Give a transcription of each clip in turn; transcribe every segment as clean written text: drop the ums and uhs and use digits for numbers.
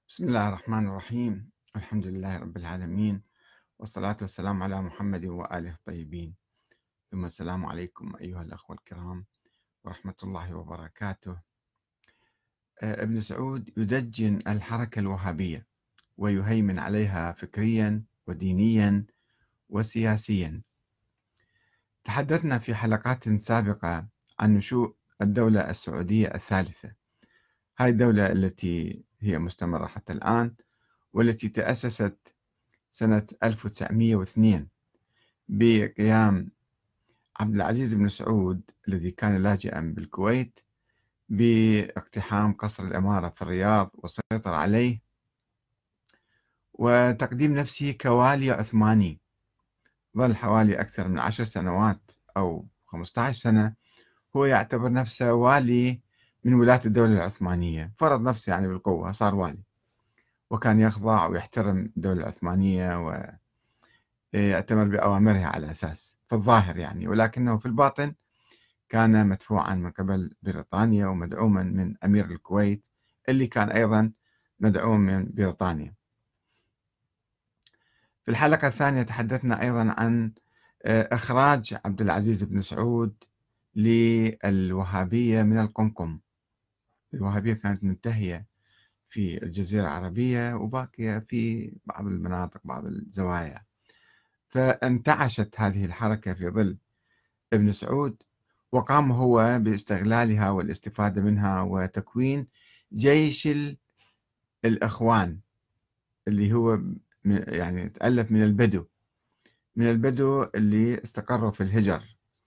بسم الله الرحمن الرحيم. الحمد لله رب العالمين، والصلاة والسلام على محمد وآله الطيبين، ثم السلام عليكم أيها الأخوة الكرام ورحمة الله وبركاته. ابن سعود يدجن الحركة الوهابية ويهيمن عليها فكريا ودينيا وسياسيا. تحدثنا في حلقات سابقة عن نشوء الدولة السعودية الثالثة، هاي الدولة التي هي مستمرة حتى الآن، والتي تأسست سنة 1902 بقيام عبد العزيز بن سعود الذي كان لاجئا بالكويت باقتحام قصر الإمارة في الرياض والسيطرة عليه وتقديم نفسه كوالي عثماني. ظل حوالي أكثر من 10 سنوات أو 15 سنة هو يعتبر نفسه والي من ولاة الدولة العثمانية، فرض نفسه يعني بالقوة، صار والي، وكان يخضع ويحترم الدولة العثمانية ويأتمر بأوامرها على أساس في الظاهر يعني، ولكنه في الباطن كان مدفوعا من قبل بريطانيا ومدعوما من أمير الكويت اللي كان أيضا مدعوم من بريطانيا. في الحلقة الثانية تحدثنا أيضا عن إخراج عبد العزيز بن سعود للوهابية من القمقم. الوهابية كانت منتهية في الجزيرة العربية وباقية في بعض المناطق، بعض الزوايا، فانتعشت هذه الحركة في ظل ابن سعود، وقام هو باستغلالها والاستفادة منها وتكوين جيش الإخوان اللي هو يعني تألف من البدو اللي استقروا في الهجر،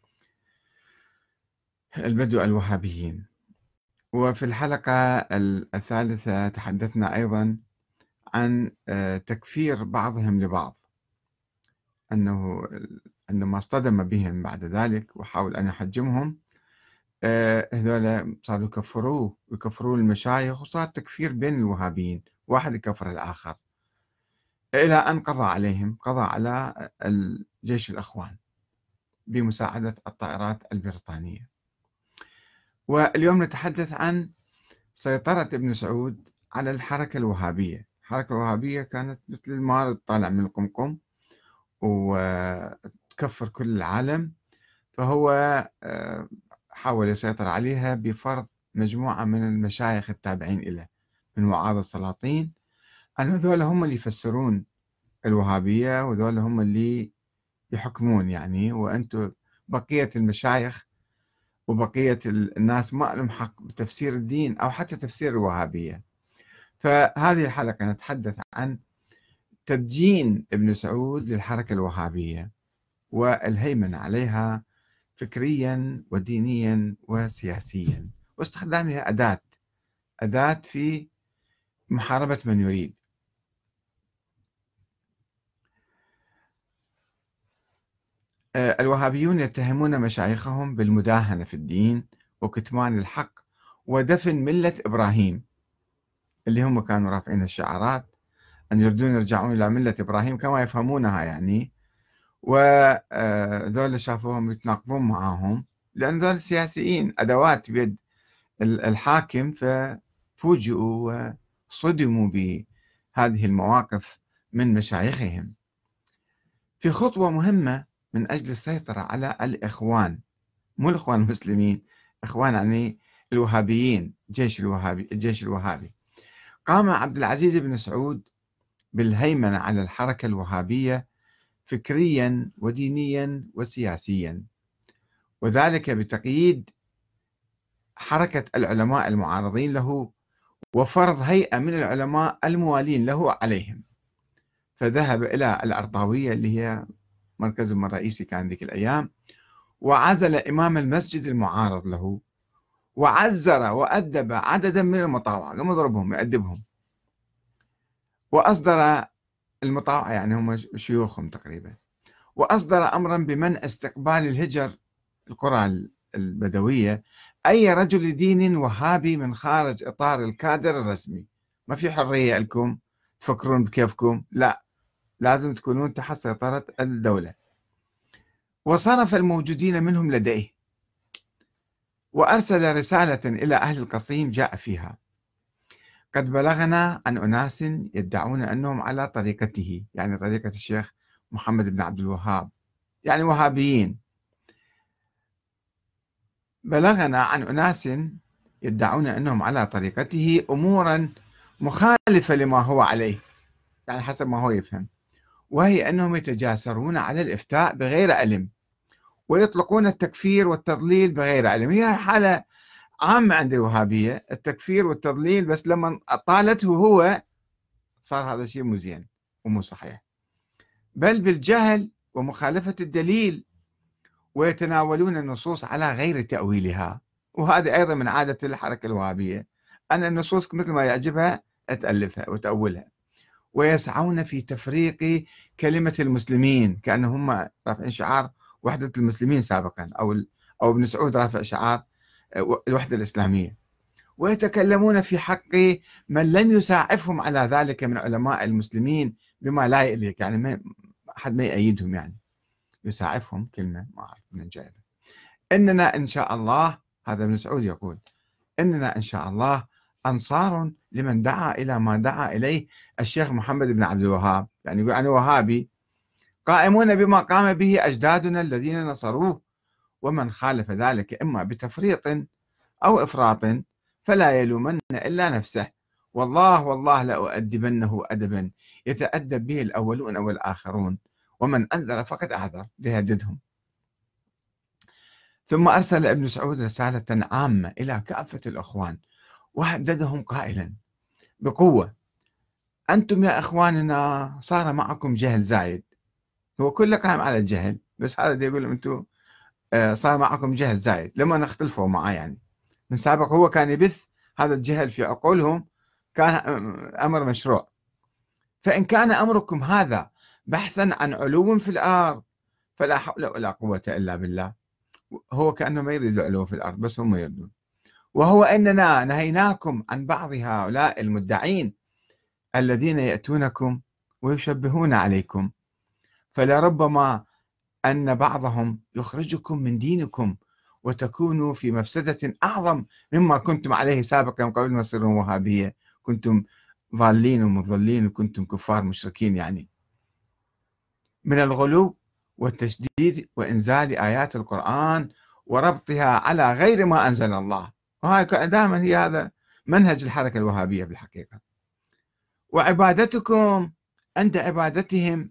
البدو الوهابيين. وفي الحلقة الثالثة تحدثنا أيضا عن تكفير بعضهم لبعض، أنه عندما اصطدم بهم بعد ذلك وحاول أن يحجمهم، هذول صاروا يكفروا المشايخ، وصار تكفير بين الوهابيين، واحد يكفر الآخر، إلى أن قضى عليهم، قضى على الجيش الأخوان بمساعدة الطائرات البريطانية. واليوم نتحدث عن سيطرة ابن سعود على الحركة الوهابية. الحركة الوهابية كانت مثل المارد طالع من القمقم وتكفر كل العالم، فهو حاول يسيطر عليها بفرض مجموعة من المشايخ التابعين له من وعاظ السلاطين، أن هذول هم اللي يفسرون الوهابية وذول هم اللي يحكمون يعني، وأنتم بقية المشايخ وبقية الناس ما لهم حق بتفسير الدين أو حتى تفسير الوهابية. فهذه الحلقة نتحدث عن تدجين ابن سعود للحركة الوهابية والهيمنة عليها فكريا ودينيا وسياسيا، واستخدامها أداة في محاربة من يريد. الوهابيون يتهمون مشايخهم بالمداهنة في الدين وكتمان الحق ودفن ملة إبراهيم، اللي هم كانوا رافعين الشعارات أن يريدون يرجعون إلى ملة إبراهيم كما يفهمونها يعني، وذول شافوهم يتناقضون معاهم لأن ذول سياسيين، أدوات بيد الحاكم، ففوجئوا وصدموا بهذه المواقف من مشايخهم في خطوة مهمة من أجل السيطرة على الإخوان، مو الإخوان المسلمين، إخوان يعني الوهابيين، الجيش الوهابي. قام عبد العزيز بن سعود بالهيمنة على الحركة الوهابية فكريا ودينيا وسياسيا، وذلك بتقييد حركة العلماء المعارضين له وفرض هيئة من العلماء الموالين له عليهم. فذهب إلى الأرطاوية اللي هي مركزهم الرئيسي كان ذيك الأيام، وعزل إمام المسجد المعارض له، وعزر وأدب عددا من المطاوعة، قام يضربهم يأدبهم، وأصدر المطاوعة يعني هم شيوخهم تقريبا، وأصدر أمرا بمنع استقبال الهجر القرى البدوية أي رجل دين وهابي من خارج إطار الكادر الرسمي. ما في حرية لكم تفكرون بكيفكم، لا، لازم تكونون تحت سيطرة الدولة. وصرف الموجودين منهم لديه، وأرسل رسالة إلى أهل القصيم جاء فيها: قد بلغنا عن أناس يدعون أنهم على طريقته، يعني طريقة الشيخ محمد بن عبد الوهاب، يعني وهابيين. بلغنا عن أناس يدعون أنهم على طريقته أمورا مخالفة لما هو عليه، يعني حسب ما هو يفهم، وهي أنهم يتجاسرون على الإفتاء بغير علم، ويطلقون التكفير والتضليل بغير علم. هي حالة عامة عند الوهابية، التكفير والتضليل، بس لما طالته هو صار هذا الشيء مو زين ومو صحيح، بل بالجهل ومخالفة الدليل، ويتناولون النصوص على غير تأويلها. وهذه أيضا من عادة الحركة الوهابية، أن النصوص مثل ما يعجبها تألفها وتأولها، ويسعون في تفريق كلمة المسلمين، كأنهم رافعين شعار وحدة المسلمين سابقا، أو ابن سعود رافع شعار الوحدة الإسلامية، ويتكلمون في حق من لم يساعفهم على ذلك من علماء المسلمين بما لا يليق، يعني ما أحد ما يأيدهم، يعني يساعفهم كلمة ما أعرف من جايبة. إننا إن شاء الله، هذا ابن سعود يقول، إننا إن شاء الله أنصار لمن دعا إلى ما دعا إليه الشيخ محمد بن عبد الوهاب، يعني يقول أنا وهابي، قائمون بما قام به أجدادنا الذين نصروه، ومن خالف ذلك إما بتفريط أو إفراط فلا يلومن إلا نفسه، والله لأؤدبنه أدبا يتأدب به الأولون والآخرون، ومن أنذر فقد أعذر، ليهددهم. ثم أرسل ابن سعود رسالة عامة إلى كافة الأخوان، وهددهم قائلا بقوة: أنتم يا إخواننا صار معكم جهل زايد. هو كله قائم على الجهل، بس هذا يقول لهم أنتم صار معكم جهل زايد، لما نختلفوا معه، يعني من سابق هو كان يبث هذا الجهل في عقولهم، كان أمر مشروع. فإن كان أمركم هذا بحثا عن علو في الأرض فلا حول ولا قوة إلا بالله. هو كأنه ما يريد العلو في الأرض، بس هم يريدون. وهو أننا نهيناكم عن بعض هؤلاء المدعين الذين يأتونكم ويشبهون عليكم، فلربما أن بعضهم يخرجكم من دينكم وتكونوا في مفسدة أعظم مما كنتم عليه سابقا قبل ما تصيرون وهابية. كنتم ضالين ومضلين وكنتم كفار مشركين، يعني من الغلو والتشديد وإنزال آيات القرآن وربطها على غير ما أنزل الله. وهاي دائما هي هذا منهج الحركة الوهابية بالحقيقة. وعبادتكم عند عبادتهم،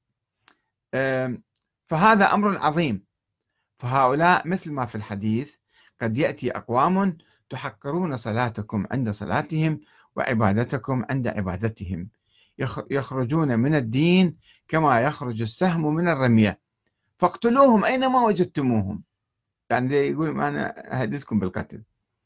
فهذا أمر عظيم. فهؤلاء مثل ما في الحديث قد يأتي أقوام تحقرون صلاتكم عند صلاتهم وعبادتكم عند عبادتهم، يخرجون من الدين كما يخرج السهم من الرمية، فاقتلوهم أينما وجدتموهم. يعني يقول أنا أهددكم بالقتل،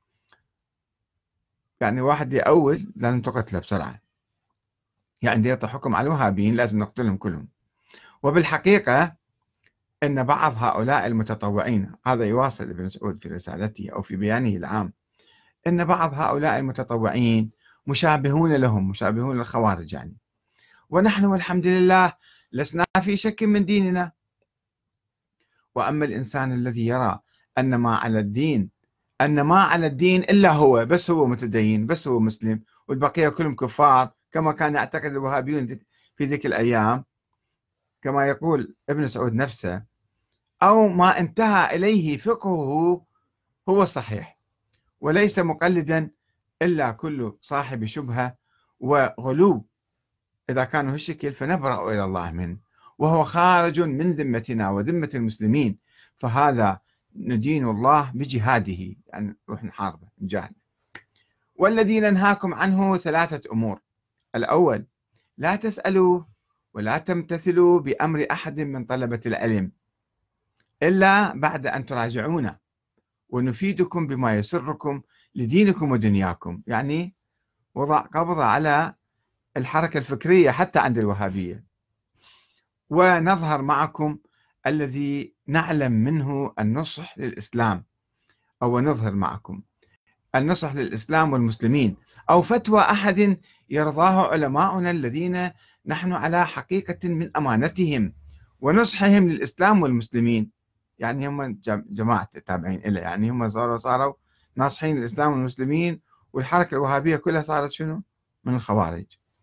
يعني واحد يأول لازم تقتله بسرعة، يعني يعطي حكم على الوهابيين لازم نقتلهم كلهم. وبالحقيقة أن بعض هؤلاء المتطوعين، هذا يواصل ابن سعود في رسالته أو في بيانه العام، أن بعض هؤلاء المتطوعين مشابهون لهم، مشابهون للخوارج يعني. ونحن والحمد لله لسنا في شك من ديننا. وأما الإنسان الذي يرى أن ما على الدين إلا هو، بس هو متدين، بس هو مسلم، والبقية كلهم كفار كما كان يعتقد الوهابيون في ذيك الأيام، كما يقول ابن سعود نفسه، أو ما انتهى إليه فقهه هو الصحيح، وليس مقلدا إلا كل صاحب شبهة وغلو، إذا كانوا هالشكل فنبرأ إلى الله منه، وهو خارج من ذمتنا وذمة المسلمين، فهذا ندين الله بجهاده، يعني نروح نحاربه نجاهد. والذي ننهاكم عنه 3 أمور: الأول، لا تسألوا ولا تمتثلوا بأمر أحد من طلبة العلم إلا بعد أن تراجعونا ونفيدكم بما يسركم لدينكم ودنياكم، يعني وضع قبضة على الحركة الفكرية حتى عند الوهابية. ونظهر معكم الذي نعلم منه النصح للإسلام، أو نظهر معكم النصح للإسلام والمسلمين، أو فتوى أحد يرضاه علماؤنا الذين نحن على حقيقة من أمانتهم ونصحهم للإسلام والمسلمين. يعني هم جماعة التابعين إليه، يعني هم صاروا ناصحين للإسلام والمسلمين، والحركة الوهابية كلها صارت شنو؟ من الخوارج،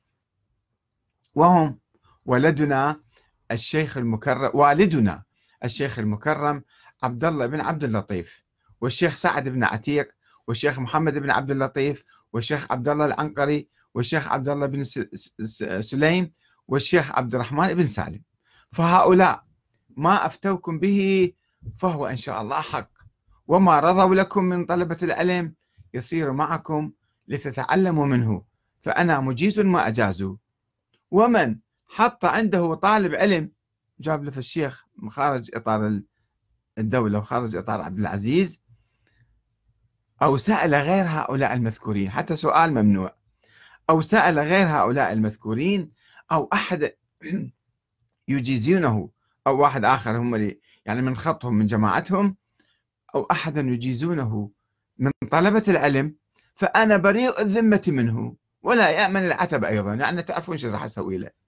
وهم ولدنا الشيخ المكرم، والدنا الشيخ المكرم عبد الله بن عبد اللطيف، والشيخ سعد بن عتيق، والشيخ محمد بن عبد اللطيف، والشيخ عبد الله العنقري، والشيخ عبد الله بن سليم، والشيخ عبد الرحمن بن سالم. فهؤلاء ما أفتوكم به فهو إن شاء الله حق، وما رضوا لكم من طلبة العلم يصير معكم لتتعلموا منه، فأنا مجيز ما أجازوا. ومن حط عنده طالب علم جاب له في الشيخ خارج إطار الدولة وخارج إطار عبد العزيز، أو سأل غير هؤلاء المذكورين، حتى سؤال ممنوع، أو سأل غير هؤلاء المذكورين، أو أحد يجيزونه، أو واحد آخر هم اللي يعني من خطهم من جماعتهم، أو أحدا يجيزونه من طلبة العلم، فأنا بريء الذمة منه ولا يأمن العتب أيضا، يعني تعرفون شو راح أسوي له.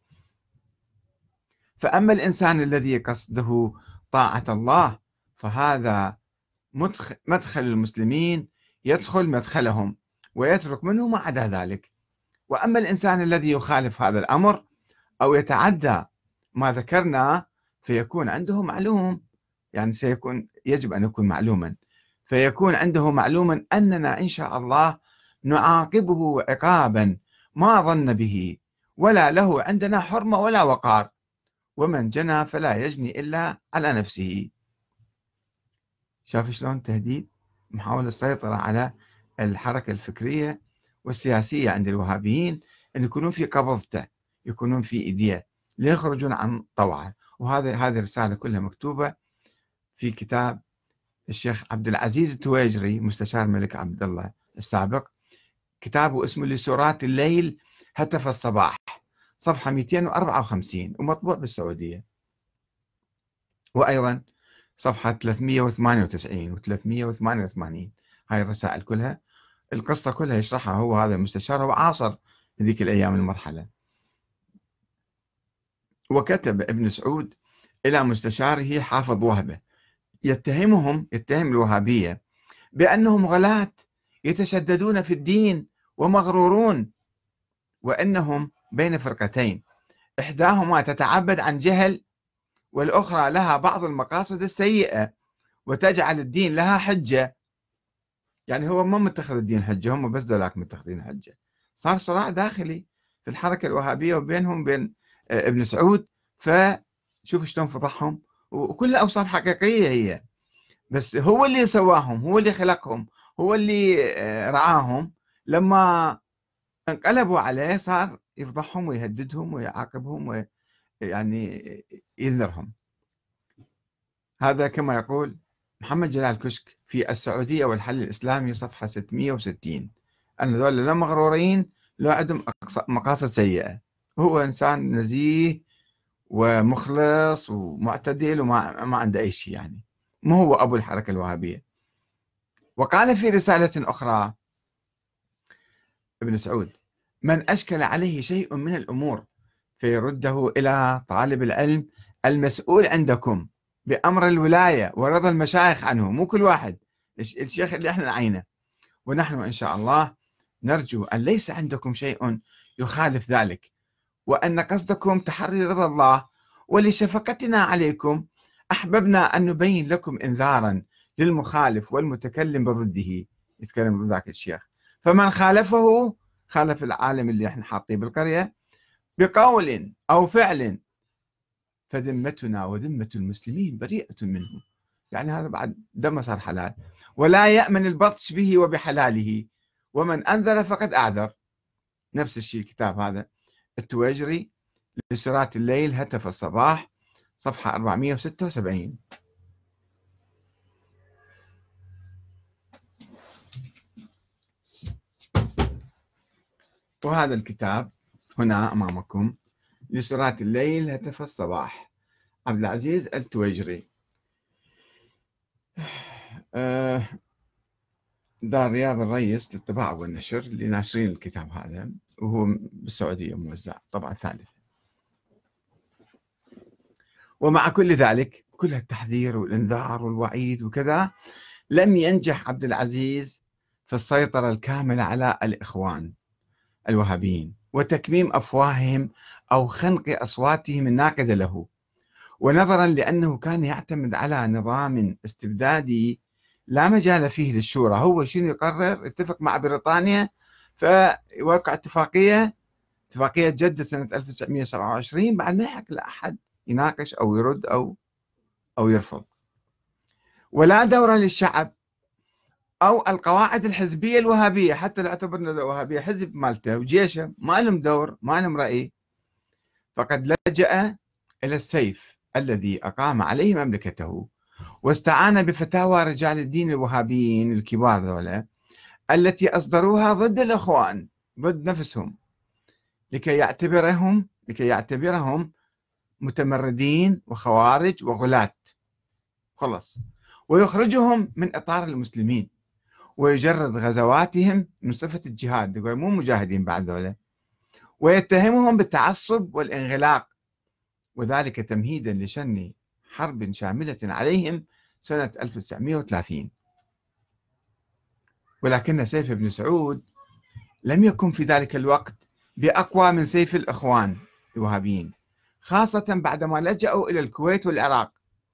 فأما الإنسان الذي قصده طاعة الله فهذا مدخل المسلمين يدخل مدخلهم ويترك منه ما عدا ذلك. وأما الإنسان الذي يخالف هذا الأمر أو يتعدى ما ذكرنا فيكون عنده معلوم، يعني يجب أن يكون معلوما، فيكون عنده معلوما أننا إن شاء الله نعاقبه عقابا ما ظن به، ولا له عندنا حرمة ولا وقار، ومن جنى فلا يجني إلا على نفسه. شاف شلون تهديد، محاولة السيطرة على الحركة الفكرية والسياسية عند الوهابيين، أن يكونون في قبضته، يكونون في إيديه ليخرجون عن طوعه. هذه الرسالة كلها مكتوبة في كتاب الشيخ عبد العزيز التويجري مستشار الملك عبد الله السابق، كتابه اسمه لسورات الليل هتف الصباح، صفحة 254، ومطبوع بالسعودية. وأيضا صفحة 398 و 388، هاي الرسائل كلها، القصة كلها يشرحها هو، هذا المستشار هو عاصر ذيك الأيام المرحلة. وكتب ابن سعود إلى مستشاره حافظ وهبة يتهم الوهابية بأنهم غلاة يتشددون في الدين ومغرورون، وأنهم بين فرقتين، إحداهما تتعبد عن جهل، والأخرى لها بعض المقاصد السيئة وتجعل الدين لها حجة. يعني هو ما متخذ الدين حجة، هم بس ذولاك متخذين حجة. صار صراع داخلي في الحركة الوهابية وبينهم بين ابن سعود، فشوف شلون فضحهم، وكلها أوصاف حقيقية هي، بس هو اللي سواهم، هو اللي خلقهم، هو اللي رعاهم. لما انقلبوا عليه صار يفضحهم ويهددهم ويعاقبهم ويعني ينذرهم. هذا كما يقول محمد جلال كشك في السعودية والحل الإسلامي صفحة 660، أن ذولا لا مغرورين لا عندهم مقاصد سيئة، هو إنسان نزيه ومخلص ومعتدل وما عنده أي شيء، يعني ما هو أبو الحركة الوهابية. وقال في رسالة أخرى ابن سعود: من أشكل عليه شيء من الأمور فيرده إلى طالب العلم المسؤول عندكم بأمر الولاية ورضا المشايخ عنه، مو كل واحد، الشيخ اللي احنا نعينه. ونحن إن شاء الله نرجو أن ليس عندكم شيء يخالف ذلك، وأن قصدكم تحري رضا الله، ولشفقتنا عليكم أحببنا أن نبين لكم إنذارا للمخالف والمتكلم بضده، يتكلم ضد ذاك الشيخ، فمن خالفه خالف العالم اللي احنا حاطيه بالقرية بقول أو فعل فذمتنا وذمة المسلمين بريئة منه. يعني هذا بعد دم صار حلال، ولا يأمن البطش به وبحلاله، ومن أنذر فقد أعذر. نفس الشيء الكتاب هذا التويجري لسورات الليل هتف الصباح صفحة 476. وهذا الكتاب هنا أمامكم لسورات الليل هتف الصباح، عبد العزيز التويجري، دار رياض الريس للطباعة والنشر اللي ناشرين الكتاب هذا، وهو بالسعودية موزع طبعة ثالثة. ومع كل ذلك، كل التحذير والإنذار والوعيد وكذا، لم ينجح عبد العزيز في السيطرة الكاملة على الإخوان الوهابيين وتكميم أفواههم أو خنق أصواتهم الناقدة له، ونظرا لأنه كان يعتمد على نظام استبدادي لا مجال فيه للشورى، هو شنو يقرر اتفق مع بريطانيا فيوقع اتفاقية جدة سنة 1927 بعد ما يحق لأحد يناقش أو يرد أو يرفض، ولا دور للشعب أو القواعد الحزبية الوهابية، حتى لو اعتبرنا الوهابية حزب مالته وجيشه ما لهم دور ما لهم رأي، فقد لجأ إلى السيف الذي أقام عليه مملكته، واستعان بفتاوى رجال الدين الوهابيين الكبار ذولا التي أصدروها ضد الإخوان، ضد نفسهم، لكي يعتبرهم متمردين وخوارج وغلاة خلص، ويخرجهم من إطار المسلمين، ويجرد غزواتهم من صفة الجهاد، يقول مو مجاهدين بعد ذولا، ويتهمهم بالتعصب والانغلاق، وذلك تمهيدا لشن حرب شاملة عليهم سنة 1930. ولكن سيف ابن سعود لم يكن في ذلك الوقت بأقوى من سيف الإخوان الوهابيين، خاصة بعدما لجأوا إلى الكويت والعراق،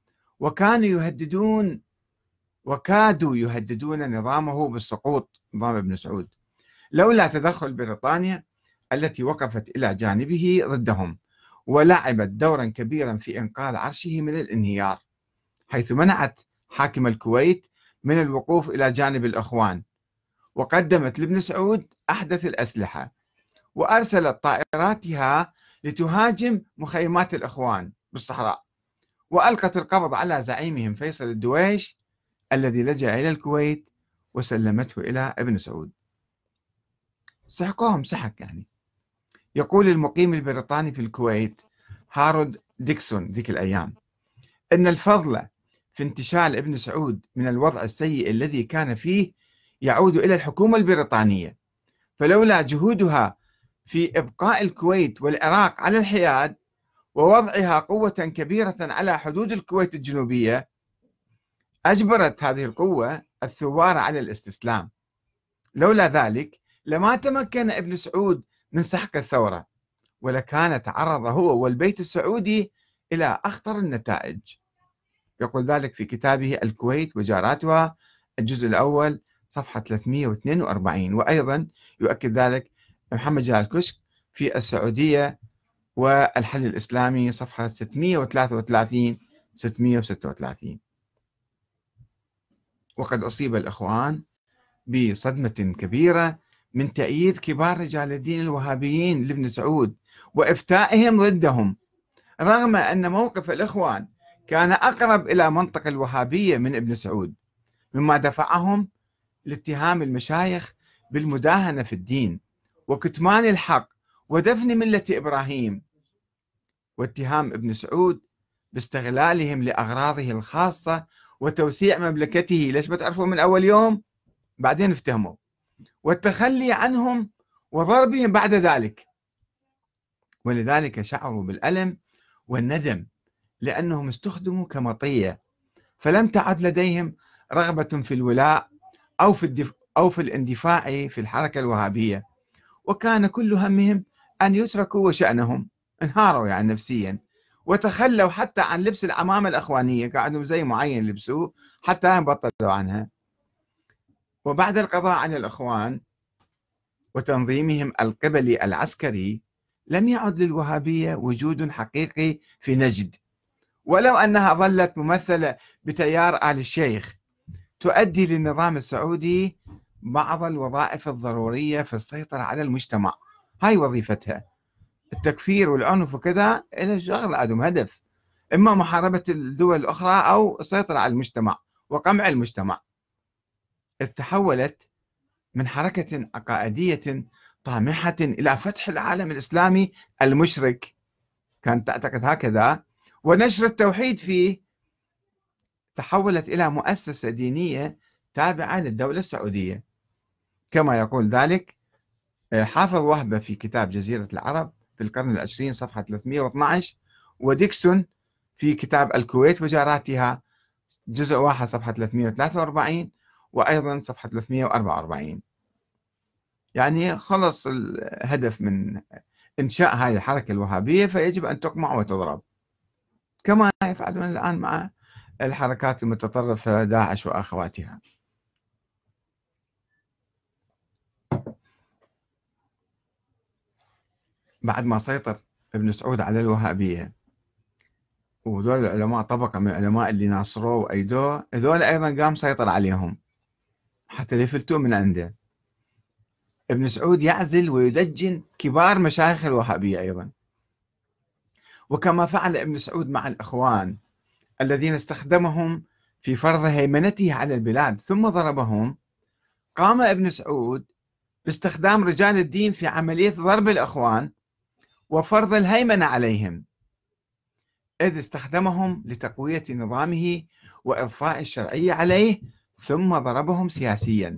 وكادوا يهددون نظامه بالسقوط، نظام ابن سعود، لولا تدخل بريطانيا التي وقفت إلى جانبه ضدهم ولعبت دورا كبيرا في إنقاذ عرشه من الانهيار، حيث منعت حاكم الكويت من الوقوف إلى جانب الإخوان، وقدمت لابن سعود أحدث الأسلحة، وأرسلت طائراتها لتهاجم مخيمات الإخوان بالصحراء، وألقت القبض على زعيمهم فيصل الدويش الذي لجأ إلى الكويت وسلمته إلى ابن سعود. سحقوهم سحق يعني. يقول المقيم البريطاني في الكويت هارود ديكسون ذيك الأيام إن الفضل في انتشال ابن سعود من الوضع السيء الذي كان فيه يعود إلى الحكومة البريطانية، فلولا جهودها في إبقاء الكويت والعراق على الحياد ووضعها قوة كبيرة على حدود الكويت الجنوبية، أجبرت هذه القوة الثوار على الاستسلام، لولا ذلك لما تمكن ابن سعود من سحق الثورة، ولكان تعرض هو والبيت السعودي إلى أخطر النتائج. يقول ذلك في كتابه الكويت وجاراتها الجزء الأول صفحة 342، وأيضا يؤكد ذلك محمد جلال كشك في السعودية والحل الإسلامي صفحة 633 636. وقد أصيب الإخوان بصدمة كبيرة من تأييد كبار رجال الدين الوهابيين لابن سعود وإفتائهم ضدهم، رغم أن موقف الإخوان كان أقرب إلى منطق الوهابية من ابن سعود، مما دفعهم لاتهام المشايخ بالمداهنة في الدين وكتمان الحق ودفن ملة إبراهيم، واتهام ابن سعود باستغلالهم لأغراضه الخاصة وتوسيع مملكته. ليش ما تعرفوا من أول يوم بعدين افتهموا، والتخلي عنهم وضربهم بعد ذلك، ولذلك شعروا بالألم والندم لأنهم استخدموا كمطية، فلم تعد لديهم رغبة في الولاء أو في الاندفاع في الحركة الوهابية، وكان كل همهم أن يتركوا وشأنهم. انهاروا يعني نفسيا، وتخلوا حتى عن لبس العمامة الأخوانية، قاعدوا زي معين لبسوه حتى بطلوا عنها. وبعد القضاء على الإخوان وتنظيمهم القبلي العسكري لم يعد للوهابية وجود حقيقي في نجد، ولو أنها ظلت ممثلة بتيار آل الشيخ تؤدي للنظام السعودي بعض الوظائف الضرورية في السيطرة على المجتمع. هاي وظيفتها، التكفير والعنف وكذا إلى شغل عندهم هدف، إما محاربة الدول الأخرى أو السيطرة على المجتمع وقمع المجتمع. إذ تحولت من حركة عقائدية طامحة إلى فتح العالم الإسلامي المشرك، كانت تعتقد هكذا، ونشر التوحيد فيه، تحولت إلى مؤسسة دينية تابعة للدولة السعودية، كما يقول ذلك حافظ وهبة في كتاب جزيرة العرب في القرن العشرين صفحة 312، وديكسون في كتاب الكويت وجاراتها جزء 1 صفحة 343، وأيضا صفحة 344. يعني خلص الهدف من إنشاء هذه الحركة الوهابية، فيجب أن تقمع وتضرب، كما يفعلون الآن مع الحركات المتطرفة داعش وأخواتها. بعد ما سيطر ابن سعود على الوهابية، وذول العلماء طبقة من العلماء اللي ناصروه وأيدوه، هذول أيضا قام سيطر عليهم حتى يفلتوا من عنده. ابن سعود يعزل ويدجن كبار مشايخ الوهابية أيضا، وكما فعل ابن سعود مع الإخوان الذين استخدمهم في فرض هيمنته على البلاد ثم ضربهم، قام ابن سعود باستخدام رجال الدين في عملية ضرب الإخوان وفرض الهيمنة عليهم، إذ استخدمهم لتقوية نظامه وإضفاء الشرعية عليه، ثم ضربهم سياسيا،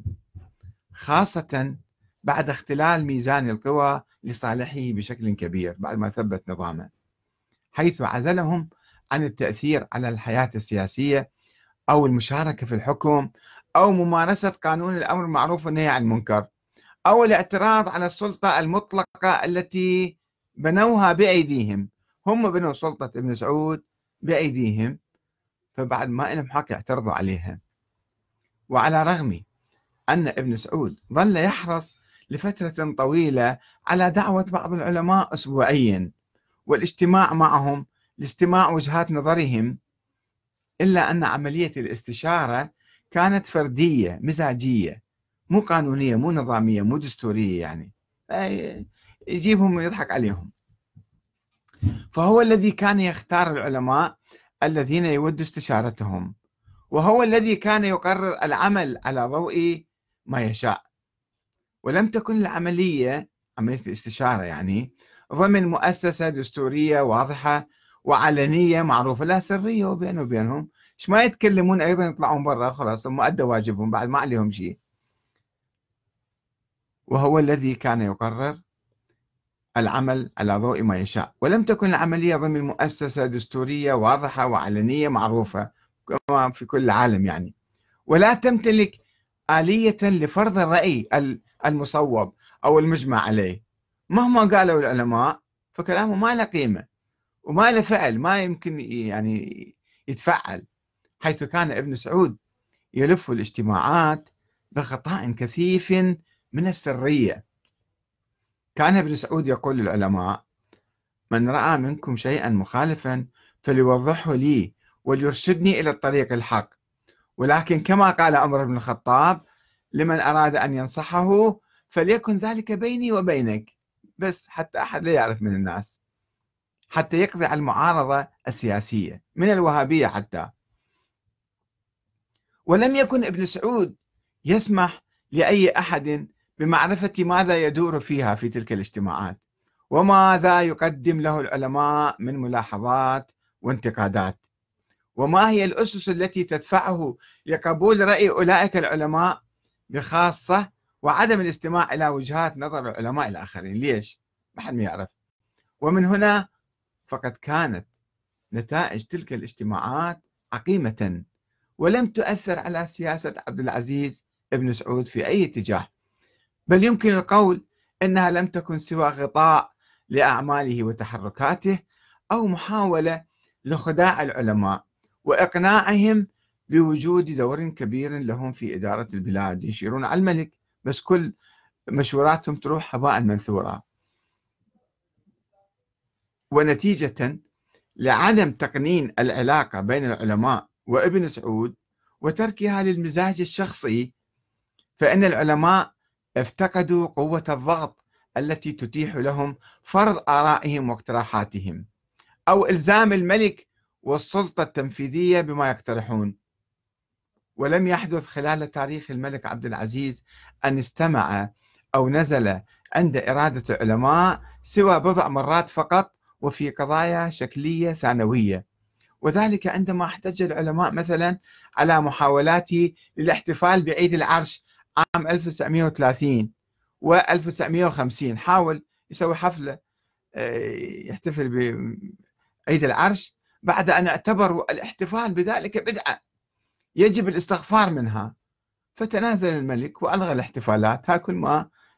خاصة بعد اختلال ميزان القوى لصالحه بشكل كبير بعد ما ثبت نظامه، حيث عزلهم عن التأثير على الحياة السياسية أو المشاركة في الحكم أو ممارسة قانون الأمر بالمعروف والنهي عن المنكر أو الاعتراض على السلطة المطلقة التي بنوها بأيديهم. هم بنوا سلطة ابن سعود بأيديهم، فبعد ما لهم حق يعترضوا عليها. وعلى رغم أن ابن سعود ظل يحرص لفترة طويلة على دعوة بعض العلماء أسبوعيا والاجتماع معهم لاستماع وجهات نظرهم، إلا أن عملية الاستشارة كانت فردية مزاجية، مو قانونية، مو نظامية، مو دستورية، يعني يجيبهم ويضحك عليهم. فهو الذي كان يختار العلماء الذين يود استشارتهم، وهو الذي كان يقرر العمل على ضوء ما يشاء. ولم تكن العملية، عملية الاستشارة يعني، ضمن مؤسسة دستورية واضحة وعلنية معروفة، لا سرية وبينه وبينهم، ايش ما يتكلمون أيضا يطلعون برا، خلاص هم أدوا واجبهم بعد ما عليهم شيء. وهو الذي كان يقرر العمل على ضوء ما يشاء. ولم تكن العملية ضمن مؤسسة دستورية واضحة وعلنية معروفة كما في كل العالم يعني، ولا تمتلك آلية لفرض الرأي المصوب أو المجمع عليه. مهما قالوا العلماء فكلامه ما له قيمة وما له فعل، ما يمكن يعني يتفعل، حيث كان ابن سعود يلف الاجتماعات بغطاء كثيف من السرية. كان ابن سعود يقول للعلماء: من رأى منكم شيئا مخالفا فليوضحه لي وليرشدني إلى الطريق الحق، ولكن كما قال عمر بن الخطاب: لمن أراد أن ينصحه فليكن ذلك بيني وبينك، بس حتى أحد لا يعرف من الناس، حتى يقضي على المعارضة السياسية من الوهابية حتى. ولم يكن ابن سعود يسمح لأي أحد بمعرفة ماذا يدور فيها في تلك الاجتماعات، وماذا يقدم له العلماء من ملاحظات وانتقادات، وما هي الأسس التي تدفعه لقبول رأي أولئك العلماء بخاصة وعدم الاستماع إلى وجهات نظر العلماء الآخرين. ليش؟ ما حد يعرف. ومن هنا فقد كانت نتائج تلك الاجتماعات عقيمة، ولم تؤثر على سياسة عبد العزيز ابن سعود في أي اتجاه، بل يمكن القول أنها لم تكن سوى غطاء لأعماله وتحركاته، أو محاولة لخداع العلماء وإقناعهم بوجود دور كبير لهم في إدارة البلاد، يشيرون على الملك بس كل مشوراتهم تروح هباء منثورا. ونتيجة لعدم تقنين العلاقة بين العلماء وابن سعود وتركها للمزاج الشخصي، فإن العلماء افتقدوا قوة الضغط التي تتيح لهم فرض آرائهم واقتراحاتهم أو إلزام الملك والسلطة التنفيذية بما يقترحون. ولم يحدث خلال تاريخ الملك عبد العزيز أن استمع أو نزل عند إرادة العلماء سوى بضع مرات فقط، وفي قضايا شكلية ثانوية، وذلك عندما احتج العلماء مثلا على محاولاته للاحتفال بعيد العرش عام 1930 و 1950. حاول يسوي حفلة يحتفل بعيد العرش بعد أن اعتبروا الاحتفال بذلك بدعة يجب الاستغفار منها، فتنازل الملك وألغى الاحتفالات. ها كل ما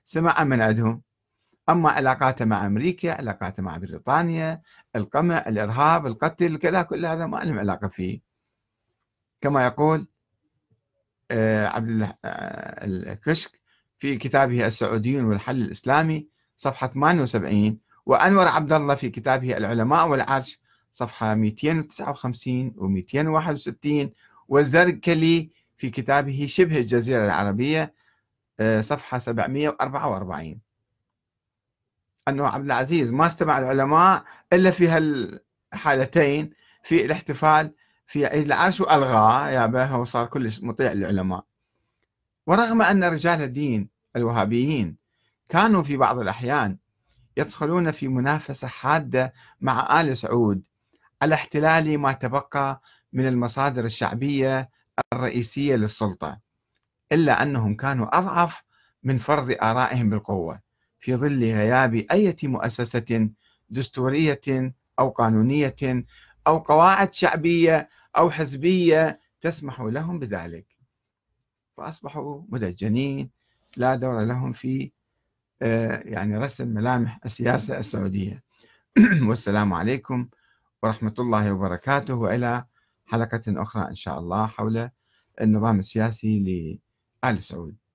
سمع من عندهم. أما علاقاته مع أمريكا، علاقاته مع بريطانيا، القمع، الإرهاب، القتل، كذا، كل هذا ما لهم علاقة فيه. كما يقول عبد الكشك في كتابه السعوديون والحل الإسلامي صفحة 78، وأنور عبد الله في كتابه العلماء والعرش صفحة 259 و261، والزركلي في كتابه شبه الجزيرة العربية صفحة 744، أنه عبد العزيز ما استمع العلماء إلا في هالحالتين، في الاحتفال في عيد العرش وألغاه يابه وصار كلش مطيع للعلماء. ورغم أن رجال الدين الوهابيين كانوا في بعض الأحيان يدخلون في منافسة حادة مع آل سعود على احتلال ما تبقى من المصادر الشعبية الرئيسية للسلطة، إلا أنهم كانوا أضعف من فرض آرائهم بالقوة في ظل غياب أي مؤسسة دستورية أو قانونية أو قواعد شعبية أو حزبية تسمح لهم بذلك، فأصبحوا مدجنين لا دور لهم في يعني رسم ملامح السياسة السعودية. والسلام عليكم ورحمة الله وبركاته، وإلى حلقة أخرى إن شاء الله حول النظام السياسي لآل سعود.